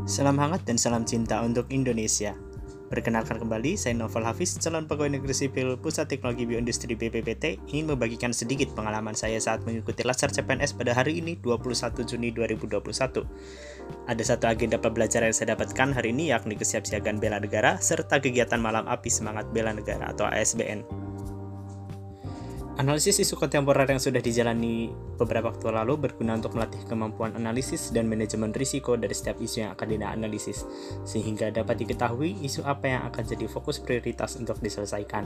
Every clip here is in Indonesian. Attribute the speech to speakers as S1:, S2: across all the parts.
S1: Salam hangat dan salam cinta untuk Indonesia. Perkenalkan kembali, saya Novel Hafiz, calon pegawai negeri sipil Pusat Teknologi Bioindustri BPPT, ingin membagikan sedikit pengalaman saya saat mengikuti Latsar CPNS pada hari ini, 21 Juni 2021. Ada satu agenda pembelajaran yang saya dapatkan hari ini, yakni kesiapsiagaan bela negara, serta kegiatan malam api semangat bela negara atau ASBN. Analisis isu kontemporer yang sudah dijalani beberapa waktu lalu berguna untuk melatih kemampuan analisis dan manajemen risiko dari setiap isu yang akan dianalisis, sehingga dapat diketahui isu apa yang akan jadi fokus prioritas untuk diselesaikan.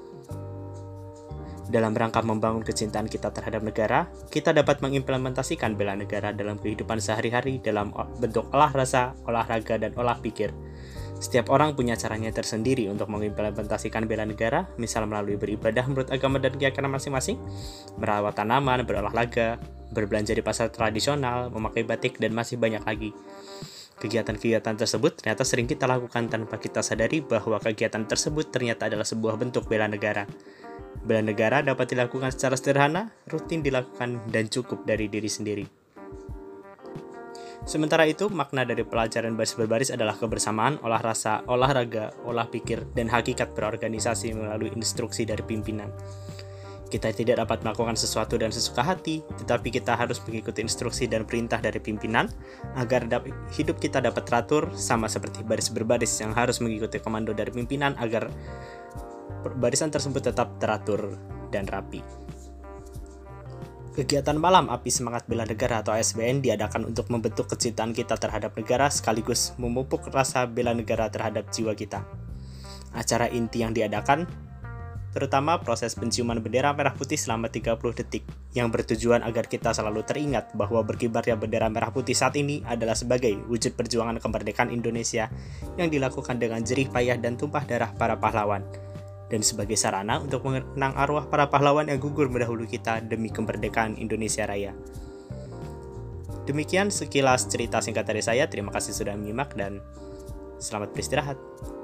S1: Dalam rangka membangun kecintaan kita terhadap negara, kita dapat mengimplementasikan bela negara dalam kehidupan sehari-hari dalam bentuk olah rasa, olahraga, dan olah pikir. Setiap orang punya caranya tersendiri untuk mengimplementasikan bela negara, misal melalui beribadah menurut agama dan keyakinan masing-masing, merawat tanaman, berolahraga, berbelanja di pasar tradisional, memakai batik, dan masih banyak lagi. Kegiatan-kegiatan tersebut ternyata sering kita lakukan tanpa kita sadari bahwa kegiatan tersebut ternyata adalah sebuah bentuk bela negara. Bela negara dapat dilakukan secara sederhana, rutin dilakukan, dan cukup dari diri sendiri. Sementara itu, makna dari pelajaran baris berbaris adalah kebersamaan, olah rasa, olahraga, olah pikir, dan hakikat berorganisasi melalui instruksi dari pimpinan. Kita tidak dapat melakukan sesuatu dan sesuka hati, tetapi kita harus mengikuti instruksi dan perintah dari pimpinan agar hidup kita dapat teratur, sama seperti baris berbaris yang harus mengikuti komando dari pimpinan agar barisan tersebut tetap teratur dan rapi. Kegiatan malam api semangat bela negara atau ASBN diadakan untuk membentuk kecintaan kita terhadap negara sekaligus memupuk rasa bela negara terhadap jiwa kita. Acara inti yang diadakan terutama proses penciuman bendera merah putih selama 30 detik yang bertujuan agar kita selalu teringat bahwa berkibarnya bendera merah putih saat ini adalah sebagai wujud perjuangan kemerdekaan Indonesia yang dilakukan dengan jerih payah dan tumpah darah para pahlawan, dan sebagai sarana untuk mengenang arwah para pahlawan yang gugur mendahului kita demi kemerdekaan Indonesia Raya. Demikian sekilas cerita singkat dari saya. Terima kasih sudah menyimak dan selamat beristirahat.